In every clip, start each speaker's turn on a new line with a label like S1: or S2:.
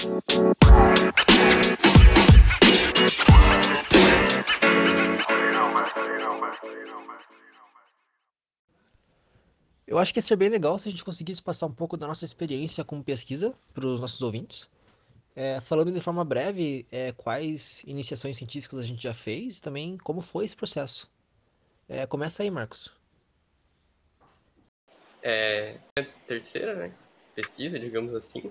S1: Eu acho que ia ser bem legal se a gente conseguisse passar um pouco da nossa experiência com pesquisa para os nossos ouvintes. Falando de forma breve, quais iniciações científicas a gente já fez e também como foi esse processo. Começa aí, Marcos.
S2: Terceira, né? Pesquisa, digamos assim.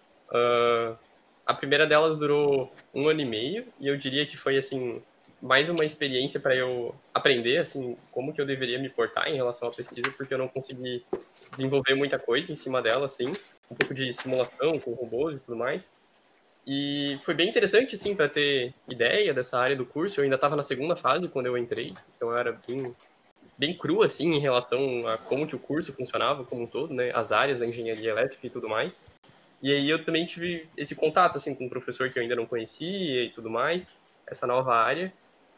S2: A primeira delas durou 1 ano e meio e eu diria que foi assim mais uma experiência para eu aprender assim como que eu deveria me portar em relação à pesquisa, porque eu não consegui desenvolver muita coisa em cima dela, assim, um pouco de simulação com robôs e tudo mais. E foi bem interessante assim para ter ideia dessa área do curso. Eu ainda estava na segunda fase quando eu entrei, então eu era bem cru assim em relação a como que o curso funcionava como um todo, né, as áreas da engenharia elétrica e tudo mais. E aí eu também tive esse contato assim com um professor que eu ainda não conhecia e tudo mais, essa nova área.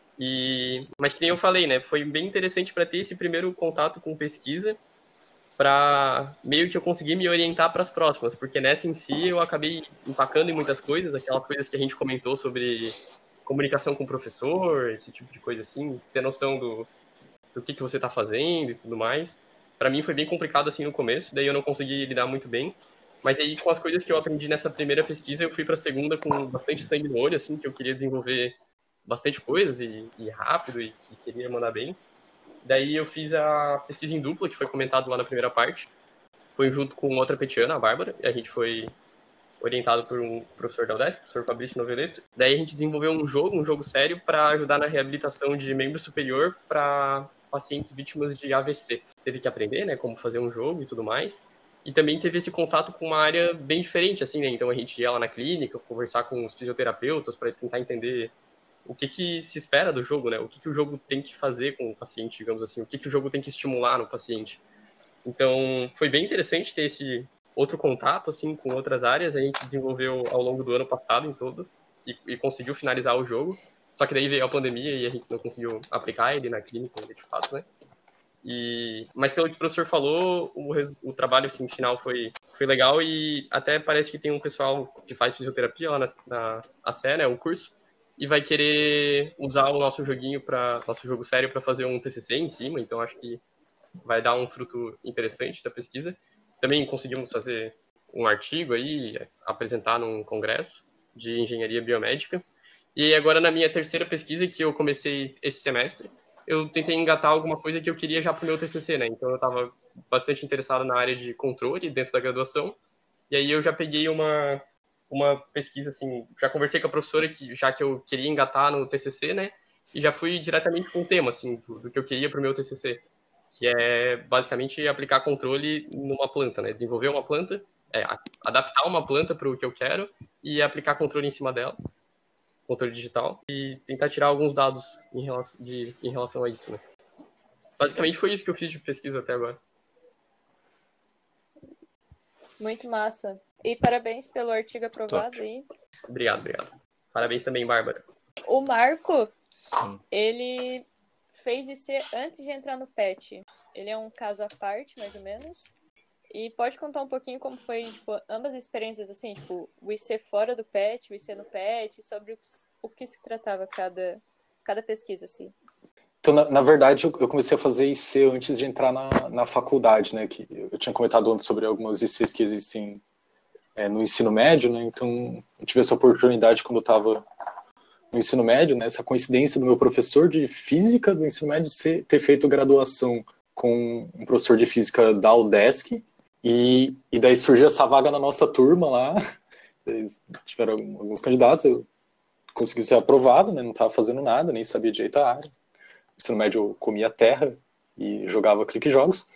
S2: Mas que nem eu falei, né, foi bem interessante para ter esse primeiro contato com pesquisa, para meio que eu conseguir me orientar para as próximas, porque nessa em si eu acabei empacando em muitas coisas, aquelas coisas que a gente comentou sobre comunicação com o professor, esse tipo de coisa assim, ter noção do que você está fazendo e tudo mais. Para mim foi bem complicado assim no começo, daí eu não consegui lidar muito bem. Mas aí com as coisas que eu aprendi nessa primeira pesquisa, eu fui para a segunda com bastante sangue no olho, assim, que eu queria desenvolver bastante coisas e rápido e queria mandar bem. Daí eu fiz a pesquisa em dupla, que foi comentado lá na primeira parte. Foi junto com outra petiana, a Bárbara, e a gente foi orientado por um professor da UDESC, professor Fabrício Noveleto. Daí a gente desenvolveu um jogo sério para ajudar na reabilitação de membro superior para pacientes vítimas de AVC. Teve que aprender, né, como fazer um jogo e tudo mais. E também teve esse contato com uma área bem diferente, assim, né? Então a gente ia lá na clínica, conversar com os fisioterapeutas para tentar entender o que se espera do jogo, né? O que o jogo tem que fazer com o paciente, digamos assim, o que o jogo tem que estimular no paciente. Então, foi bem interessante ter esse outro contato, assim, com outras áreas. A gente desenvolveu ao longo do ano passado em todo e conseguiu finalizar o jogo. Só que daí veio a pandemia e a gente não conseguiu aplicar ele na clínica ainda, de fato, né? Mas pelo que o professor falou, o trabalho assim, final foi legal e até parece que tem um pessoal que faz fisioterapia lá na ACE, né, o curso, e vai querer usar o nosso joguinho para nosso jogo sério para fazer um TCC em cima, então acho que vai dar um fruto interessante da pesquisa. Também conseguimos fazer um artigo aí, apresentar num congresso de engenharia biomédica. E agora na minha terceira pesquisa, que eu comecei esse semestre, eu tentei engatar alguma coisa que eu queria já para o meu TCC, né? Então eu estava bastante interessado na área de controle dentro da graduação. E aí eu já peguei uma pesquisa, assim, já conversei com a professora, já que eu queria engatar no TCC, né? E já fui diretamente com o tema, assim, do que eu queria para o meu TCC, que é basicamente aplicar controle numa planta, né? Desenvolver uma planta, adaptar uma planta para o que eu quero e aplicar controle em cima dela, controle digital, e tentar tirar alguns dados em relação a isso, né? Basicamente foi isso que eu fiz de pesquisa até agora.
S3: Muito massa. E parabéns pelo artigo aprovado aí.
S2: Obrigado. Parabéns também, Bárbara.
S3: O Marco,
S4: Sim.
S3: ele fez IC antes de entrar no PET. Ele é um caso à parte, mais ou menos. E pode contar um pouquinho como foi, tipo, ambas as experiências, assim, tipo, o IC fora do PET, o IC no PET, sobre o que se tratava cada pesquisa, assim.
S4: Então, na verdade, eu comecei a fazer IC antes de entrar na faculdade, né? Que eu tinha comentado antes sobre algumas ICs que existem no ensino médio, né? Então, eu tive essa oportunidade quando eu estava no ensino médio, né? Essa coincidência do meu professor de física do ensino médio ter feito graduação com um professor de física da UDESC, e daí surgiu essa vaga na nossa turma lá. Eles tiveram alguns candidatos, eu consegui ser aprovado, né? Não estava fazendo nada, nem sabia direito a área. No ensino médio eu comia terra e jogava clique jogos.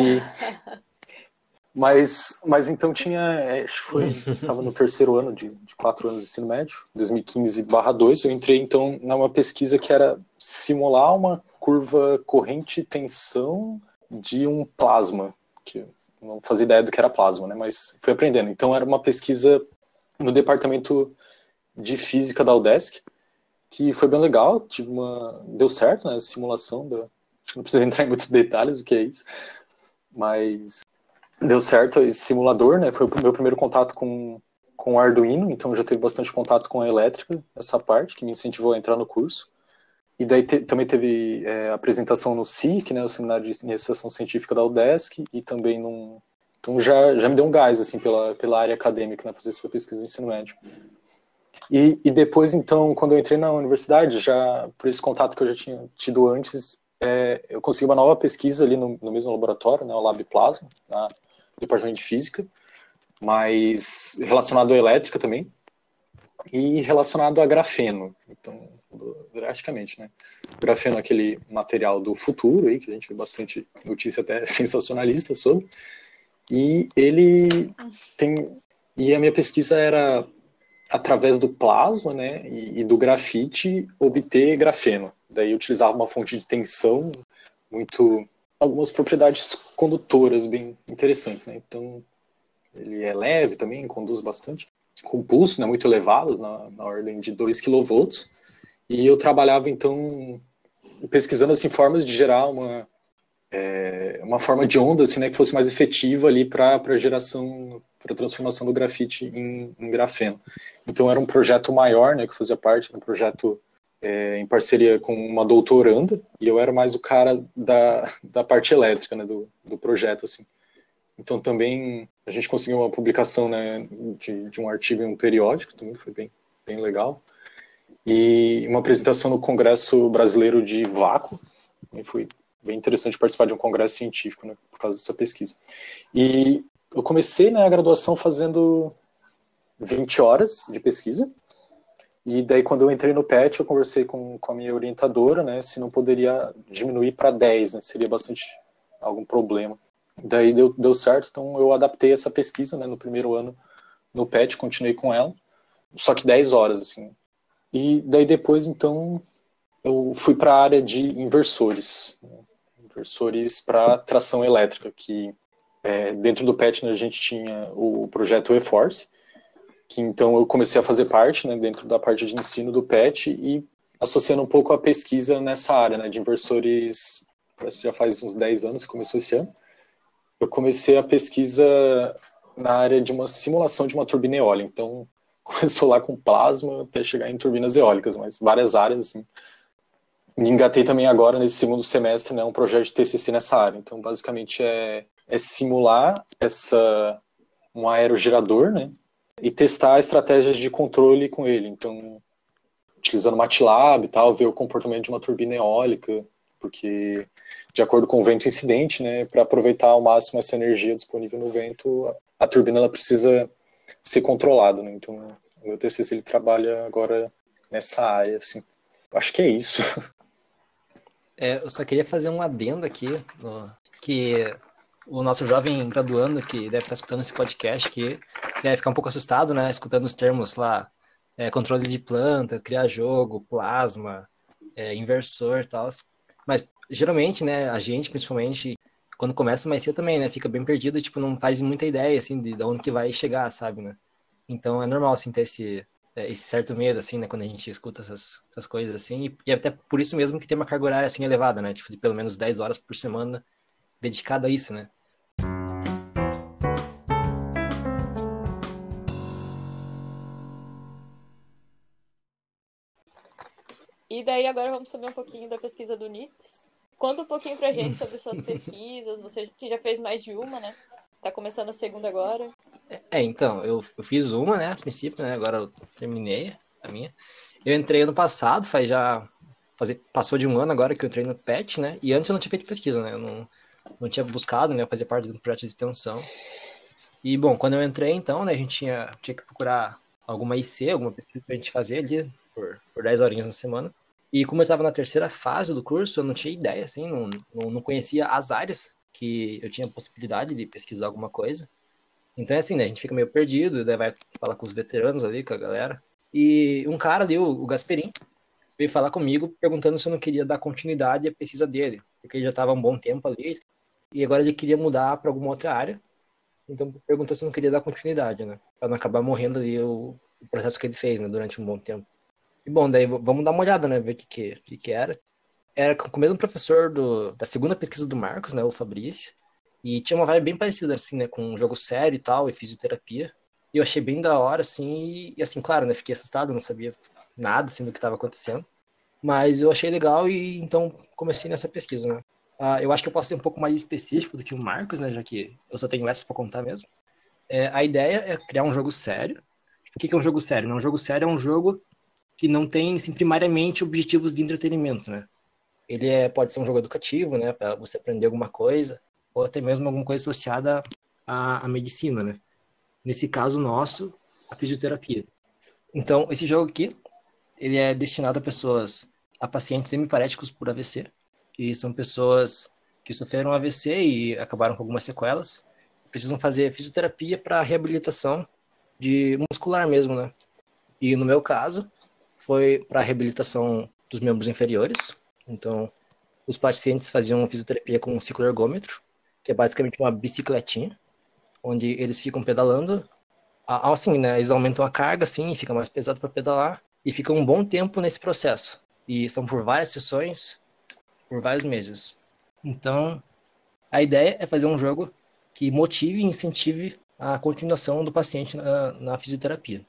S4: Mas então tinha, estava no terceiro ano de 4 anos de ensino médio, 2015/2, eu entrei então numa pesquisa que era simular uma curva corrente-tensão de um plasma, que eu não fazia ideia do que era plasma, né, mas fui aprendendo. Então era uma pesquisa no departamento de física da UDESC, que foi bem legal, deu certo, né, a simulação, acho que não precisa entrar em muitos detalhes do que é isso, mas deu certo esse simulador, né? Foi o meu primeiro contato com com o Arduino, então já teve bastante contato com a elétrica, essa parte, que me incentivou a entrar no curso. E daí também teve apresentação no SIC, né, o Seminário de Iniciação Científica da UDESC, e também então já me deu um gás assim, pela área acadêmica, né, fazer essa pesquisa no ensino médio. E depois, então, quando eu entrei na universidade, já por esse contato que eu já tinha tido antes, eu consegui uma nova pesquisa ali no mesmo laboratório, né, o Lab Plasma, no departamento de Física, mas relacionado à elétrica também, e relacionado a grafeno, então, drasticamente, né? Grafeno é aquele material do futuro, aí, que a gente vê bastante notícia até sensacionalista sobre, e ele tem... E a minha pesquisa era, através do plasma, né, e do grafite, obter grafeno. Daí eu utilizava uma fonte de tensão, algumas propriedades condutoras bem interessantes, né? Então, ele é leve também, conduz bastante, com pulsos, né, muito elevados, na ordem de 2 kV, e eu trabalhava, então, pesquisando assim, formas de gerar uma forma de onda assim, né, que fosse mais efetiva ali para a transformação do grafite em grafeno. Então era um projeto maior, né, que fazia parte, um projeto em parceria com uma doutoranda, e eu era mais o cara da parte elétrica, né, do projeto, assim. Então também a gente conseguiu uma publicação, né, de um artigo em um periódico, também foi bem legal. E uma apresentação no Congresso Brasileiro de Vácuo, e foi bem interessante participar de um congresso científico, né, por causa dessa pesquisa. E eu comecei, né, a graduação fazendo 20 horas de pesquisa, e daí quando eu entrei no PET eu conversei com a minha orientadora, né, se não poderia diminuir para 10, né, seria bastante algum problema. Daí deu certo, então eu adaptei essa pesquisa, né, no primeiro ano no PET, continuei com ela, só que 10 horas, assim. E daí depois, então, eu fui para a área de inversores, né, inversores para tração elétrica, que dentro do PET, né, a gente tinha o projeto eForce, que então eu comecei a fazer parte, né, dentro da parte de ensino do PET e associando um pouco a pesquisa nessa área, né, de inversores, parece que já faz uns 10 anos que começou esse ano. Eu comecei a pesquisa na área de uma simulação de uma turbina eólica. Então, começou lá com plasma até chegar em turbinas eólicas, mas várias áreas, assim. E engatei também agora, nesse segundo semestre, né, um projeto de TCC nessa área. Então, basicamente, é simular um aerogerador, né, e testar estratégias de controle com ele. Então, utilizando MATLAB e tal, ver o comportamento de uma turbina eólica, porque de acordo com o vento incidente, né, para aproveitar ao máximo essa energia disponível no vento, a turbina ela precisa ser controlada, né? Então, o meu TCC ele trabalha agora nessa área, assim. Acho que é isso.
S1: Eu só queria fazer um adendo aqui, que o nosso jovem graduando que deve estar escutando esse podcast que deve ficar um pouco assustado, né, escutando os termos lá, controle de planta, criar jogo, plasma, inversor e tal. Mas geralmente, né, a gente principalmente quando começa mais cedo também, né, fica bem perdido e tipo não faz muita ideia assim de onde que vai chegar, sabe, né? Então é normal assim ter esse certo medo assim, né, quando a gente escuta essas coisas assim, e até por isso mesmo que tem uma carga horária assim elevada, né, tipo de pelo menos 10 horas por semana dedicada a isso, né?
S3: E daí agora vamos saber um pouquinho da pesquisa do NITS. Conta um pouquinho pra gente sobre suas pesquisas, você que já fez mais de uma, né? Tá começando a segunda agora.
S1: Então, eu fiz uma, né, a princípio, né, agora eu terminei a minha. Eu entrei ano passado, passou de um ano agora que eu entrei no PET, né, e antes eu não tinha feito pesquisa, né, eu não tinha buscado, né, eu fazia parte do projeto de extensão. E, bom, quando eu entrei, então, né, a gente tinha que procurar alguma IC, alguma pesquisa pra gente fazer ali, por 10 horinhas na semana. E como eu estava na terceira fase do curso, eu não tinha ideia, assim, não conhecia as áreas que eu tinha possibilidade de pesquisar alguma coisa. Então é assim, né? A gente fica meio perdido, daí vai falar com os veteranos ali, com a galera. E um cara ali, o Gasperim, veio falar comigo perguntando se eu não queria dar continuidade à pesquisa dele, porque ele já estava há um bom tempo ali, e agora ele queria mudar para alguma outra área. Então perguntou se eu não queria dar continuidade, né? Para não acabar morrendo ali o processo que ele fez, né, durante um bom tempo. E bom, daí vamos dar uma olhada, né? Ver o que era. Era com o mesmo professor da segunda pesquisa do Marcos, né? O Fabrício. E tinha uma vibe bem parecida, assim, né? Com um jogo sério e tal, e fisioterapia. E eu achei bem da hora, assim, e assim, claro, né, fiquei assustado, não sabia nada, assim, do que estava acontecendo. Mas eu achei legal e então comecei nessa pesquisa, né. Eu acho que eu posso ser um pouco mais específico do que o Marcos, né, já que eu só tenho essa para contar mesmo. A ideia é criar um jogo sério. O que é um jogo sério? Né? Um jogo sério é um jogo que não tem, assim, primariamente objetivos de entretenimento, né. Ele pode ser um jogo educativo, né, para você aprender alguma coisa, ou até mesmo alguma coisa associada à medicina, né. Nesse caso nosso, a fisioterapia. Então, esse jogo aqui, ele é destinado a pacientes hemiparéticos por AVC, que são pessoas que sofreram AVC e acabaram com algumas sequelas, precisam fazer fisioterapia para reabilitação de muscular mesmo, né? E no meu caso, foi para reabilitação dos membros inferiores. Então, os pacientes faziam fisioterapia com um cicloergômetro, que é basicamente uma bicicletinha, onde eles ficam pedalando. Assim, né? Eles aumentam a carga, assim, fica mais pesado para pedalar e fica um bom tempo nesse processo. E são por várias sessões, por vários meses. Então, a ideia é fazer um jogo que motive e incentive a continuação do paciente na fisioterapia.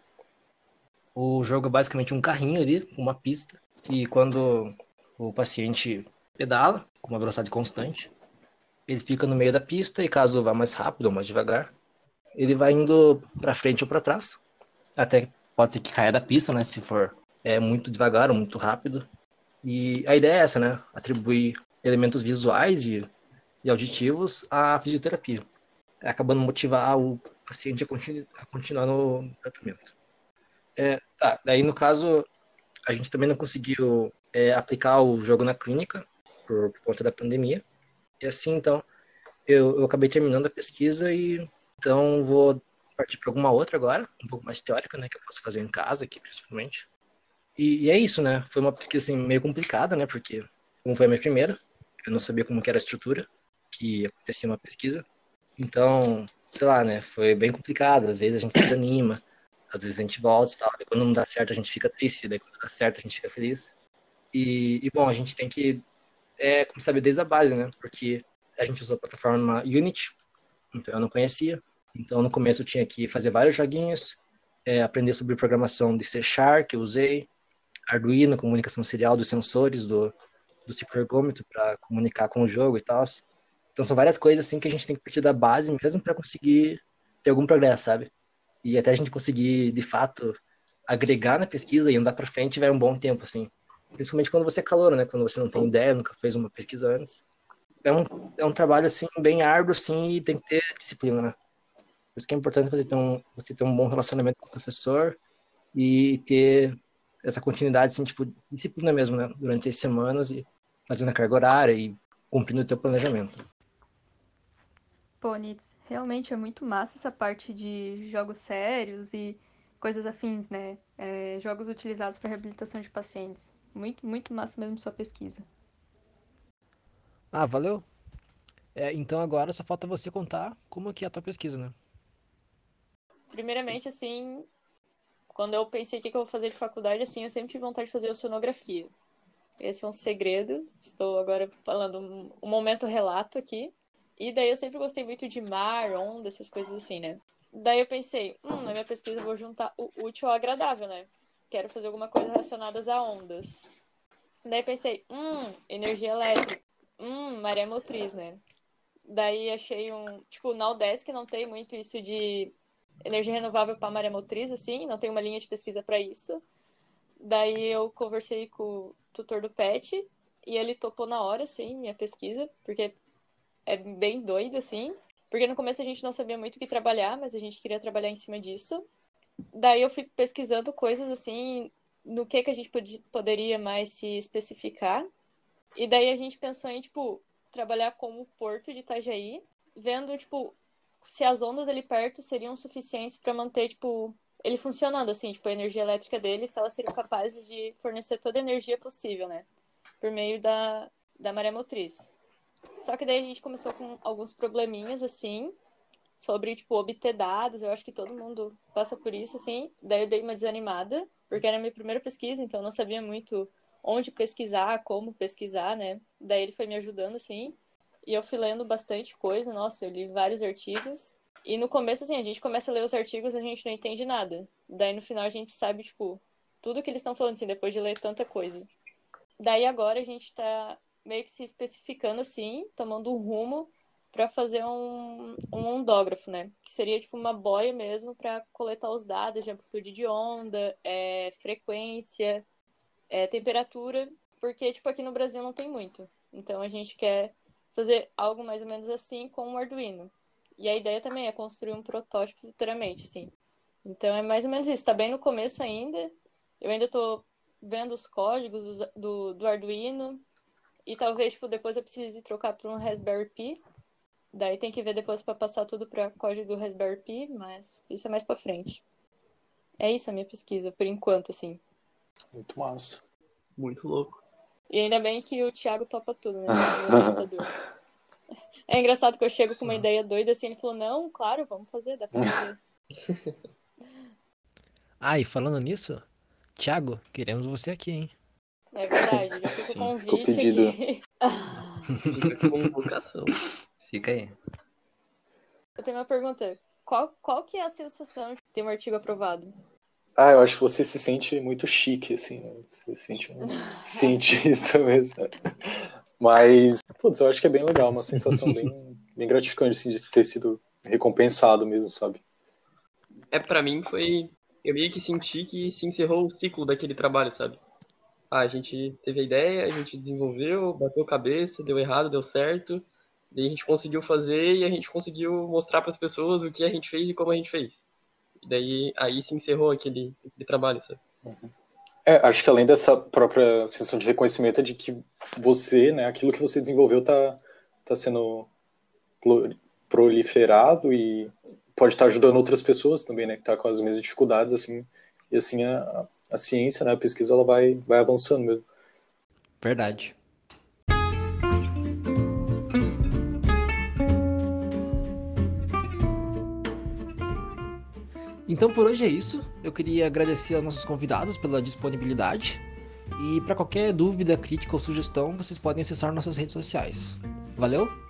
S1: O jogo é basicamente um carrinho ali, com uma pista, e quando o paciente pedala, com uma velocidade constante, ele fica no meio da pista e caso vá mais rápido ou mais devagar, ele vai indo para frente ou para trás, até pode ser que caia da pista, né, se for muito devagar ou muito rápido. E a ideia é essa, né, atribuir elementos visuais e auditivos à fisioterapia, acabando motivar o paciente a continuar no tratamento. Tá, daí no caso a gente também não conseguiu aplicar o jogo na clínica por conta da pandemia. E assim, então, eu acabei terminando a pesquisa e então vou partir para alguma outra agora, um pouco mais teórica, né, que eu posso fazer em casa aqui, principalmente. E é isso, né? Foi uma pesquisa assim, meio complicada, né, porque como foi a minha primeira, eu não sabia como que era a estrutura que acontecia uma pesquisa. Então, sei lá, né, foi bem complicado, às vezes a gente desanima, às vezes a gente volta e tal, daí quando não dá certo a gente fica triste, daí quando dá certo a gente fica feliz. Bom, a gente tem que começar a ver desde a base, né? Porque a gente usou a plataforma Unity, então eu não conhecia. Então no começo eu tinha que fazer vários joguinhos, aprender sobre programação de C Sharp, que eu usei, Arduino, comunicação serial dos sensores do cicloergômetro para comunicar com o jogo e tal. Então são várias coisas assim que a gente tem que partir da base mesmo para conseguir ter algum progresso, sabe? E até a gente conseguir, de fato, agregar na pesquisa e andar para frente vai um bom tempo, assim. Principalmente quando você é calouro, né? Quando você não tem ideia, nunca fez uma pesquisa antes. É um, é um trabalho, assim, bem árduo, assim, e tem que ter disciplina, né? Por isso que é importante você ter um bom relacionamento com o professor e ter essa continuidade, assim, tipo, disciplina mesmo, né? Durante as semanas e fazendo a carga horária e cumprindo o teu planejamento.
S5: Pô, Nitz, realmente é muito massa essa parte de jogos sérios e coisas afins, né? Jogos utilizados para reabilitação de pacientes. Muito, muito massa mesmo sua pesquisa.
S1: Ah, valeu. Então agora só falta você contar como que é a tua pesquisa, né?
S3: Primeiramente, assim, quando eu pensei o que eu vou fazer de faculdade, assim, eu sempre tive vontade de fazer oceanografia. Esse é um segredo. Estou agora falando um momento relato aqui. E daí eu sempre gostei muito de mar, onda, essas coisas assim, né? Daí eu pensei, na minha pesquisa eu vou juntar o útil ao agradável, né? Quero fazer alguma coisa relacionada a ondas. Daí eu pensei, energia elétrica. Maré motriz, né? Daí achei tipo, na UDESC não tem muito isso de energia renovável para maré motriz, assim, não tem uma linha de pesquisa para isso. Daí eu conversei com o tutor do PET e ele topou na hora, assim, minha pesquisa, porque é bem doido, assim. Porque no começo a gente não sabia muito o que trabalhar, mas a gente queria trabalhar em cima disso. Daí eu fui pesquisando coisas, assim, no que a gente poderia mais se especificar. E daí a gente pensou em, tipo, trabalhar como porto de Itajaí, vendo, tipo, se as ondas ali perto seriam suficientes para manter, tipo, ele funcionando, assim, tipo, a energia elétrica dele, se elas seriam capazes de fornecer toda a energia possível, né? Por meio da maré motriz. Só que daí a gente começou com alguns probleminhas, assim, sobre, tipo, obter dados. Eu acho que todo mundo passa por isso, assim. Daí eu dei uma desanimada, porque era a minha primeira pesquisa, então eu não sabia muito onde pesquisar, como pesquisar, né? Daí ele foi me ajudando, assim. E eu fui lendo bastante coisa. Nossa, eu li vários artigos. E no começo, assim, a gente começa a ler os artigos e a gente não entende nada. Daí no final a gente sabe, tipo, tudo que eles estão falando, assim, depois de ler tanta coisa. Daí agora a gente tá meio que se especificando, assim, tomando um rumo pra fazer um ondógrafo, né? Que seria, tipo, uma boia mesmo pra coletar os dados de amplitude de onda, frequência, temperatura. Porque, tipo, aqui no Brasil não tem muito. Então a gente quer fazer algo mais ou menos assim com o Arduino. E a ideia também é construir um protótipo futuramente, assim. Então é mais ou menos isso. Tá bem no começo ainda. Eu ainda tô vendo os códigos do Arduino. E talvez, tipo, depois eu precise trocar para um Raspberry Pi. Daí tem que ver depois para passar tudo para código do Raspberry Pi, mas isso é mais para frente. É isso a minha pesquisa, por enquanto, assim.
S4: Muito massa.
S2: Muito louco.
S3: E ainda bem que o Thiago topa tudo, né? Meu orientador. É engraçado que eu chego com uma ideia doida assim, ele falou, não, claro, vamos fazer, dá pra fazer.
S1: Ah, e falando nisso, Thiago, queremos você aqui, hein?
S3: É verdade, já fica o
S1: Sim,
S4: ficou
S3: convite
S4: pedido.
S3: aqui.
S2: Fica com convocação.
S6: Fica aí.
S3: Eu tenho uma pergunta. Qual que é a sensação de ter um artigo aprovado?
S4: Ah, eu acho que você se sente muito chique, assim, né? Você se sente um cientista mesmo. Mas, putz, eu acho que é bem legal, uma sensação bem gratificante, assim, de ter sido recompensado mesmo, sabe?
S2: Pra mim foi... Eu meio que senti que se encerrou o ciclo daquele trabalho, sabe? A gente teve a ideia, a gente desenvolveu, bateu cabeça, deu errado, deu certo. Daí a gente conseguiu fazer e a gente conseguiu mostrar para as pessoas o que a gente fez e como a gente fez. E daí aí se encerrou aquele trabalho, sabe?
S4: Acho que além dessa própria sensação de reconhecimento é de que você, né, aquilo que você desenvolveu tá sendo proliferado e pode estar ajudando outras pessoas também, né, que tá com as mesmas dificuldades, assim, e assim a ciência, né, a pesquisa, ela vai avançando mesmo.
S1: Verdade. Então por hoje é isso. Eu queria agradecer aos nossos convidados pela disponibilidade. E para qualquer dúvida, crítica ou sugestão, vocês podem acessar nossas redes sociais. Valeu?